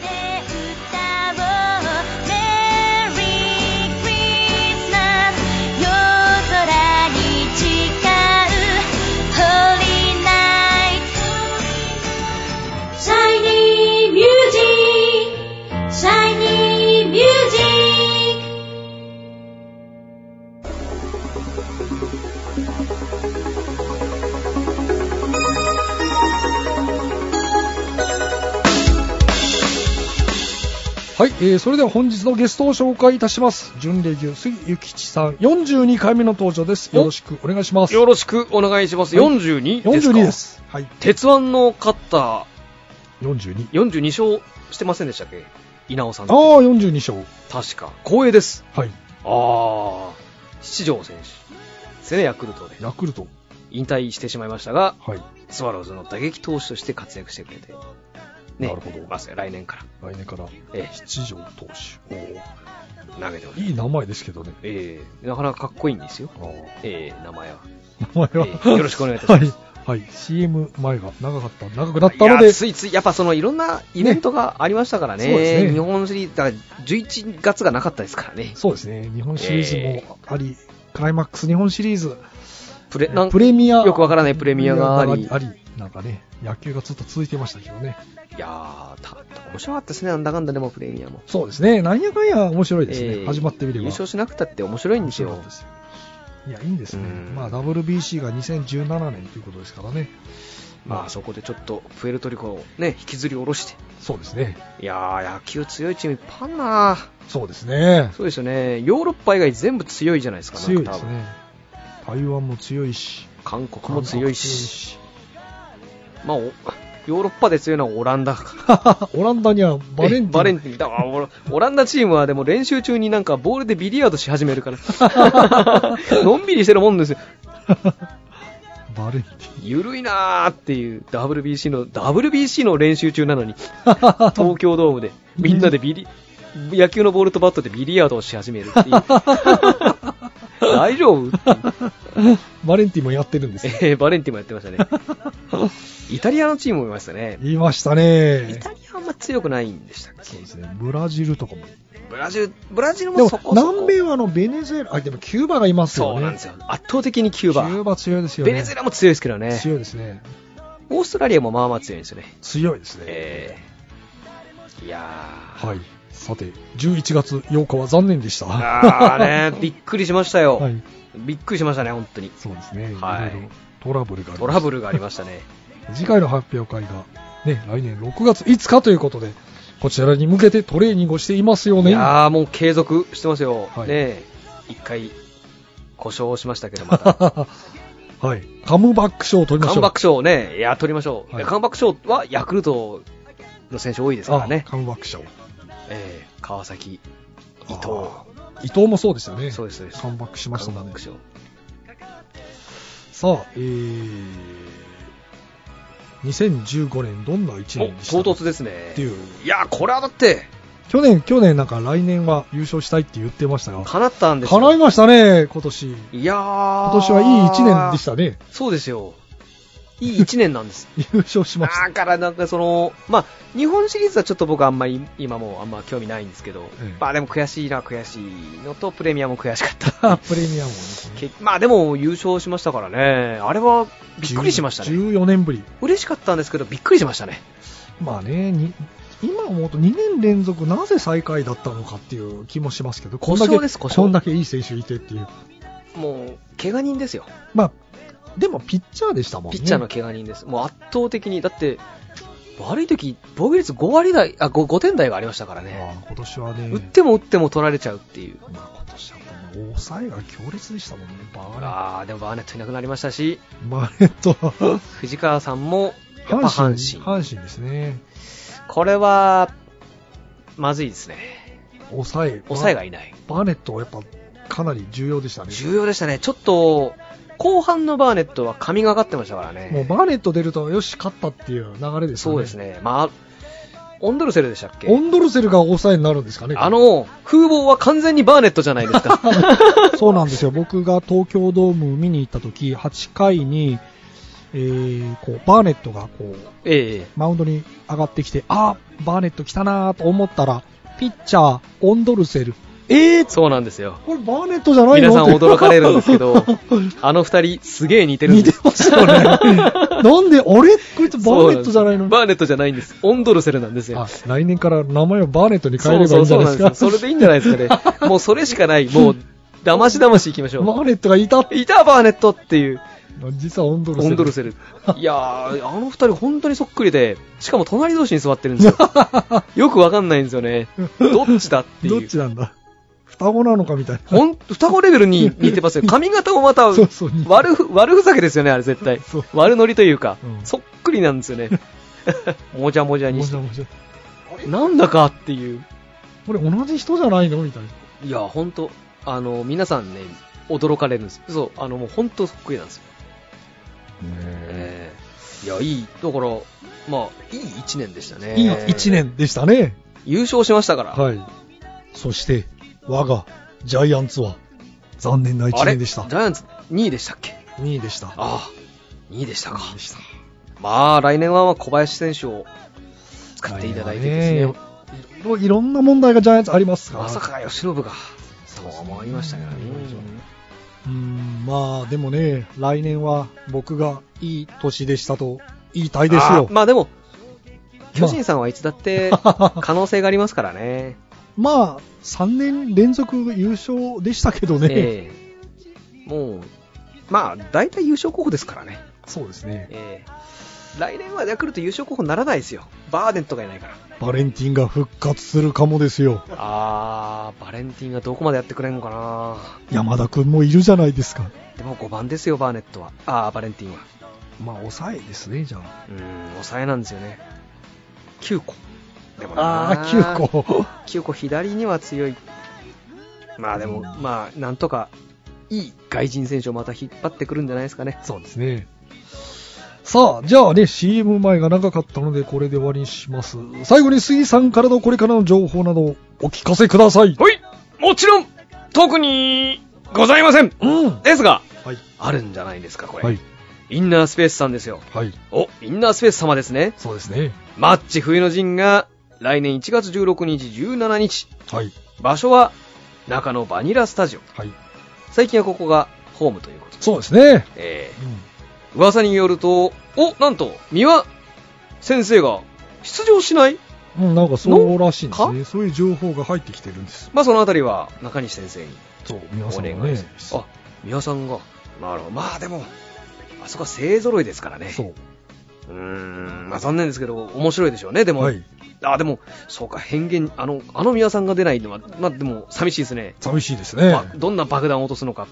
はい、それでは本日のゲストを紹介いたします。準レギュ杉ゆきちさん、42回目の登場です。よろしくお願いします。 よろしくお願いします。はい、42ですか？ 42 です。はい。 鉄腕の勝った 42 勝してませんでしたっけ？稲尾さん。 ああ、42勝。 確か。光栄です。 はい。 ああ、七条選手ですね、ヤクルトで。 ヤクルト。 引退してしまいましたが、 はい。 スワローズの打撃投手として活躍してくれて。ね、 なるほど。 来年から。 七条投手。 投げてます。 いい名前ですけどね。 なかなかかっこいいんですよ。名前は。よろしくお願いいたします。 はい。CM 前が長くなったので。 ついやっぱいろんなイベントがありましたからね。そうですね。日本シリーズ、だから11月がなかったですからね。 そうですね。日本シリーズもあり、クライマックス日本シリーズ。 プレミア。 よくわからないプレミアがあり。 なんかね、野球がずっと続いてましたけどね。 いやー、面白かったですね、なんだかんだでもプレミアも。 そうですね、なんやかんや面白いですね、始まってみれば。 優勝しなくたって面白いんですよ。 いや、いいんですね。まあ、WBC が2017年ということですからね。 まあ、そこでちょっと、プエルトリコをね、引きずり下ろして。 そうですね。 いやー、野球強いチームいっぱいあるな。 そうですね。 そうですよね。ヨーロッパ以外全部強いじゃないですか、 強いですね。台湾も強いし。 韓国も強いし。まあ、ヨーロッパで強いのはオランダ。 オランダにはバレンティン。 だからオランダチームはでも練習中になんかボールでビリヤードし始めるから。のんびりしてるもんですよ。 バレンティン。 ゆるいなーっていう WBC の練習中なのに、東京ドームでみんなで野球のボールとバットでビリヤードをし始めるっていう。大丈夫？ バレンティンもやってるんですね。バレンティンもやってましたね。イタリアのチームもいましたね。 いましたね。 イタリアはあんま強くないんでしたっけ？ そうですね。ブラジルとかも。 ブラジルもそこそこ。 南米はベネズエラ、でもキューバがいますよね。 そうなんですよ。圧倒的にキューバ。 キューバ強いですよね。 ベネズエラも強いですけどね。 強いですね。 オーストラリアもまあまあ強いんですよね。 強いですね。 いやー。はい。さて、11月8日は残念でした。 ね、びっくりしましたよ。 はい。 びっくりしましたね、本当に。 そうですね。 はい。 いろいろトラブルがありましたね。 次回の発表会がね、来年6月5日ということで、こちらに向けてトレーニングをしていますよね。 いやー、もう継続してますよ。 はい、 ね、一回故障しましたけどまた。 はい。カムバック賞を取りましょう。 カムバック賞ね、いや取りましょう。 はい、 カムバック賞はヤクルトの選手多いですからね。 カムバック賞。 川崎、伊藤もそうでしたね。 そうです。 カムバックしましたね。 カムバック賞。 さあ、2015年どんな1年でしたか？ 唐突ですね。 っていう。 いやこれはだって去年なんか来年は優勝したいって言ってましたが、 叶ったんですよ。 叶いましたね、今年。 いやー、 今年はいい1年でしたね。 そうですよ。いい1年なんです。 優勝しました。 だからなんかまあ、日本シリーズはちょっと僕あんまり今もあんま興味ないんですけど、まあでも悔しいのとプレミアも悔しかった。 プレミアもですね。 まあでも優勝しましたからね、あれはびっくりしましたね。 14年ぶり。 嬉しかったんですけどびっくりしましたね。 まあね、今思うと2年連続なぜ最下位だったのかっていう気もしますけど、こんだけいい選手いてっていう。 もう怪我人ですよ。 まあでもピッチャーでしたもんね。 ピッチャーの怪我人です。もう圧倒的に、だって悪い時防御率5点台がありましたからね。 今年はね、 打っても取られちゃうっていう。 まあ、今年は抑えが強烈でしたもんね。 でもバーネットいなくなりましたし、 バーネット藤川さんもやっぱ阪神ですね。 これはまずいですね。 抑えがいない。 バーネットはやっぱかなり重要でしたね。 重要でしたね。ちょっと、後半のバーネットは神がかってましたからね。 もうバーネット出ると、よし、勝ったっていう流れですよね。 そうですね。まあ、オンドルセルでしたっけ？ オンドルセルが抑えになるんですかね。 風貌は完全にバーネットじゃないですか。 そうなんですよ。僕が東京ドーム見に行った時、8回に、こうバーネットがこう、マウンドに上がってきて、バーネット来たなと思ったら、ピッチャー、オンドルセル。 そうなんですよ。 これバーネットじゃないの？ 皆さん驚かれるんですけど、あの二人すげえ似てるんです。 似てますよね。なんで、こいつバーネットじゃないの？ バーネットじゃないんです。オンドルセルなんですよ。 来年から名前をバーネットに変えればいいんじゃないですか。 それでいいんじゃないですかね。もうそれしかない。もう、だまし行きましょう。 バーネットがいたバーネットっていう。 実はオンドルセル。 いやー、あの二人本当にそっくりで、しかも隣同士に座ってるんですよ。よくわかんないんですよね。どっちだっていう。 どっちなんだ。双子なのかみたいな。 双子レベルに似てますよ。髪型もまた、悪ふざけですよね、あれ絶対。悪ノリというか、そっくりなんですよね。もじゃもじゃにして。なんだかっていう。 これ同じ人じゃないのみたいな。 いや、ほんと、皆さんね、驚かれるんです。そう、もうほんとそっくりなんですよ。いや、だから、まあ、いい一年でしたね。 いい一年でしたね。 優勝しましたから。 はい。そして、我がジャイアンツは残念な一年でした。 ジャイアンツ2位でしたっけ？ 2位でした。 2位でしたか。まあ、来年は小林選手を使っていただいてですね。 いろんな問題がジャイアンツありますから。 まさか由伸が、そう思いましたからね。 まあ、でもね、来年は僕がいい年でしたと言いたいですよ。 まあでも、巨人さんはいつだって可能性がありますからね。 まあ、3年連続優勝でしたけどね。 もう、まあ、大体優勝候補ですからね。 そうですね。 来年はヤクルト優勝候補にならないですよ。バーデンとかいないから。 バレンティンが復活するかもですよ。 バレンティンがどこまでやってくれんのかな。 山田くんもいるじゃないですか。 でも5番ですよ、バーネットは。バレンティンは。 まあ、抑えですね、じゃあ。 抑えなんですよね。9個。でも9個左には強い。まあでも、まあ、なんとか、いい外人選手をまた引っ張ってくるんじゃないですかね。 そうですね。さあ、じゃあね、CM 前が長かったので、これで終わりにします。最後に杉さんからのこれからの情報などをお聞かせください。 はい、もちろん、特にございません。ですが、あるんじゃないですか、これ。インナースペースさんですよ。インナースペース様ですね。 そうですね。 マッチ冬の陣が、来年1月16日、17日。場所は、中野バニラスタジオ。最近はここがホームということで。 そうですね。 噂によると、なんと、三輪先生が出場しない？ なんかそうらしいんですね。そういう情報が入ってきてるんです。 まあそのあたりは中西先生に。 三輪さんがね。 三輪さんが。なるほど。まあでも、あそこは勢揃いですからね。まあ残念ですけど、面白いでしょうね、でも。でも、そうか、変幻、三輪さんが出ないのは、まあでも、寂しいですね。 寂しいですね。 どんな爆弾を落とすのか。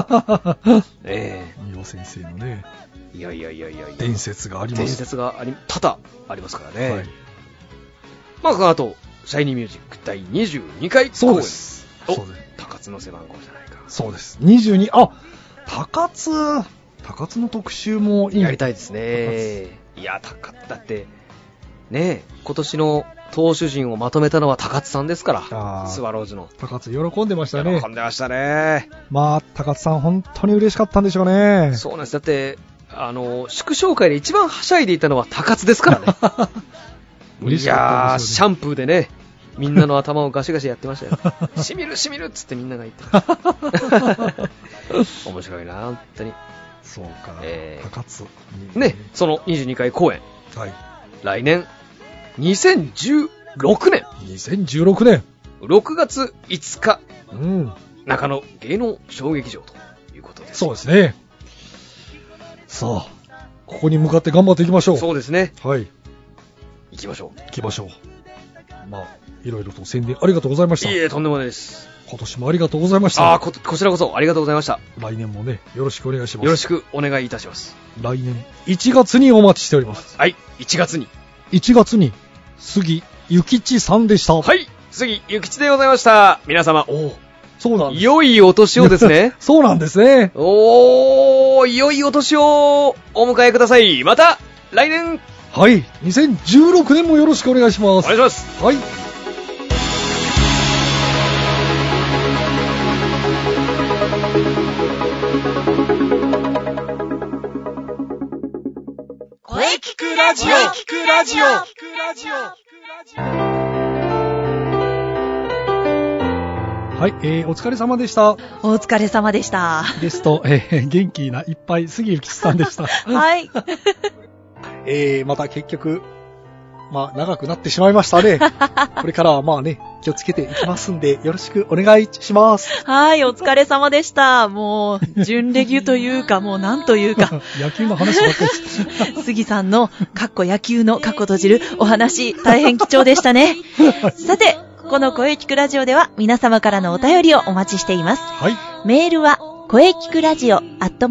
三輪先生のね。 いや。 伝説があります。 伝説が多々ありますからね。まあ、この後、シャイニーミュージック第22回公演。 そうです。 高津の背番号じゃないか。 そうです。22、高津の特集もやりたいですね。いや、だって、ねえ、今年の投手陣をまとめたのは高津さんですから、スワローズの。 高津喜んでましたね。 喜んでましたね。 まあ、高津さん本当に嬉しかったんでしょうね。 そうなんです。だって、祝勝会で一番はしゃいでいたのは高津ですからね。 嬉しかったんですよね。 シャンプーでね、みんなの頭をガシガシやってましたよ。しみるしみるっつってみんなが言ってました。面白いな、本当に。 そうか、高津。 ね、その22回公演。来年、2016年。 2016年。 6月5日。中野芸能小劇場ということです。 そうですね。さあ、ここに向かって頑張っていきましょう。 そうですね。 行きましょう。 まあ、いろいろと宣伝ありがとうございました。 いえ、とんでもないです。 今年もありがとうございました。 こちらこそありがとうございました。 来年もね、よろしくお願いします。 よろしくお願いいたします。 来年1月にお待ちしております。 はい、1月に。 杉ゆきちさんでした。 はい、杉ゆきちでございました。皆様、 そうなんです。 良いお年をですね。 そうなんですね。 良いお年をお迎えください。また、来年。 はい。2016年もよろしくお願いします。 お願いします。 はい。 声聞くラジオ。 はい、お疲れ様でした。 お疲れ様でした。 ゲスト、元気ないっぱい杉ゆきさんでした。 はい。 また結局、長くなってしまいましたね。これからは気をつけていきますんで、よろしくお願いします。 はい、お疲れ様でした。もう、準レギュというか、もうなんというか。 野球の話ばっかりです。杉さんの、野球の閉じるお話、大変貴重でしたね。さて、この声聞くラジオでは皆様からのお便りをお待ちしています。 はい。 メールは、声聞くラジオ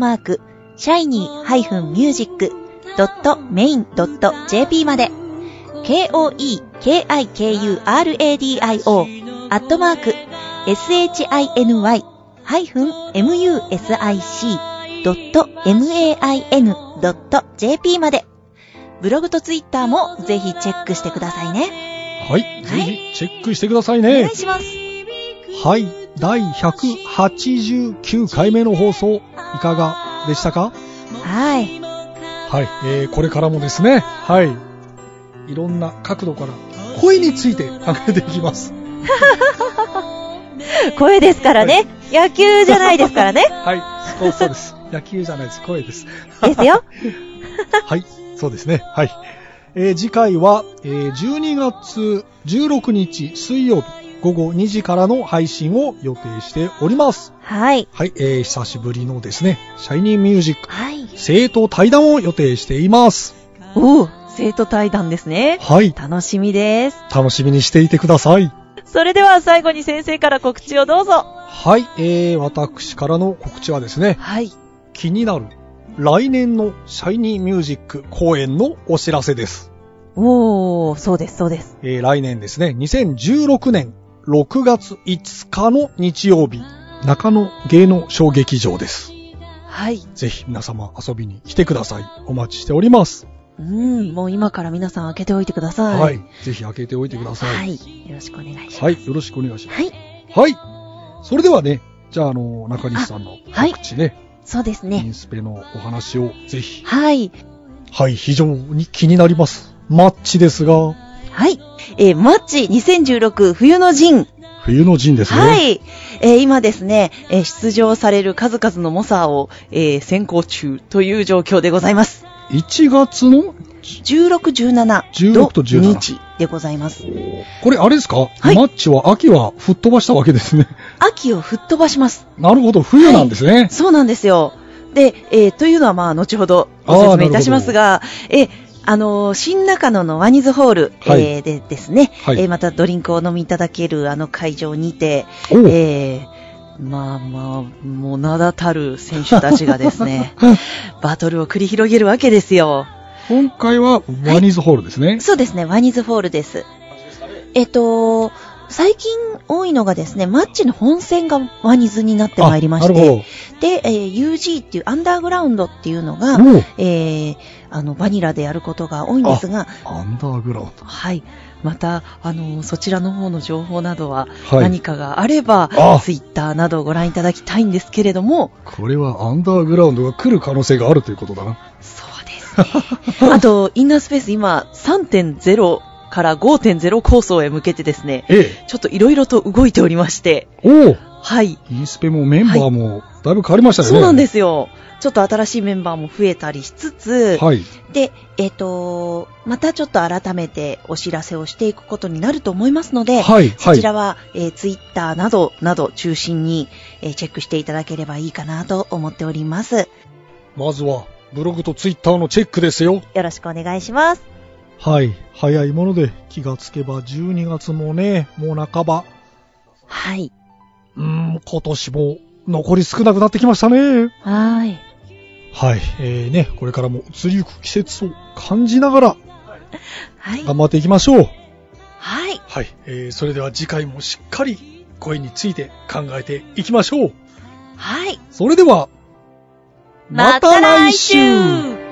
@shiny-music.main.jp まで。KOEKIURADIO@shiny-music.main.jp まで。ブログとツイッターもぜひチェックしてくださいね。 はい。ぜひチェックしてくださいね。 お願いします。 はい。第189回目の放送、いかがでしたか？ はい。 はい。これからもですね、はい。いろんな角度から声について考えていきます。 声ですからね。野球じゃないですからね。 はい。そうです。野球じゃないです。声です。 ですよ。 はい。そうですね。はい。次回は、12月16日水曜日午後2時からの配信を予定しております。 はい。 はい。久しぶりのですね、シャイニーミュージック、 はい、 生徒対談を予定しています。 おお、生徒対談ですね。 はい。 楽しみです。 楽しみにしていてください。 それでは最後に先生から告知をどうぞ。 はい。私からの告知はですね。 はい。 気になる来年のシャイニーミュージック公演のお知らせです。 おー、そうです、そうです。 来年ですね、2016年6月5日の日曜日、中野芸能小劇場です。 はい。 ぜひ皆様遊びに来てください。お待ちしております。 もう今から皆さん開けておいてください。 はい。ぜひ開けておいてください。 はい。よろしくお願いします。 はい。よろしくお願いします。 はい。 はい。それではね、じゃあ中西さんの告知ね。はい、 そうですね。 インスペのお話をぜひ。 はい。 はい。非常に気になります。マッチですが。はい。マッチ2016冬の陣。 冬の陣ですね。 はい。今ですね、出場される数々の猛者を、選考中という状況でございます。 1月の 16、17と17日でございます。 これあれですか、はい、マッチは秋は吹っ飛ばしたわけですね。 秋を吹っ飛ばします。 なるほど、冬なんですね。はい、 そうなんですよ。で、というのは後ほどご説明いたしますが、新中野のワニズホール、はい、でですね、はい、またドリンクを飲みいただける会場にて、もう名だたる選手たちがですね、バトルを繰り広げるわけですよ。 今回はワニズホールですね。はい、 そうですね、ワニズホールです。最近多いのがですね、マッチの本戦がワニズになってまいりまして、で、UG っていうアンダーグラウンドっていうのが、バニラでやることが多いんですが、 アンダーグラウンド。 はい。また、そちらの方の情報などは何かがあれば、はい、ツイッターなどをご覧いただきたいんですけれども。 これはアンダーグラウンドが来る可能性があるということだな。 そうですね。あと、インナースペース今、3.0 から 5.0 構想へ向けてですね、ちょっといろいろと動いておりまして。はい。 インスペもメンバーもだいぶ変わりましたよね。 そうなんですよ。ちょっと新しいメンバーも増えたりしつつ、 はい、 で、またちょっと改めてお知らせをしていくことになると思いますので、 はい、 そちらは、ツイッターなど中心に、チェックしていただければいいかなと思っております。 まずは、ブログとツイッターのチェックですよ。 よろしくお願いします。 はい。早いもので気がつけば12月もね、もう半ば。 はい。 今年も残り少なくなってきましたね。 はい。 はい。ね、これからも移りゆく季節を感じながら、 はい。 頑張っていきましょう。 はい。 はい。それでは次回もしっかり声について考えていきましょう。 はい。 それでは、 また来週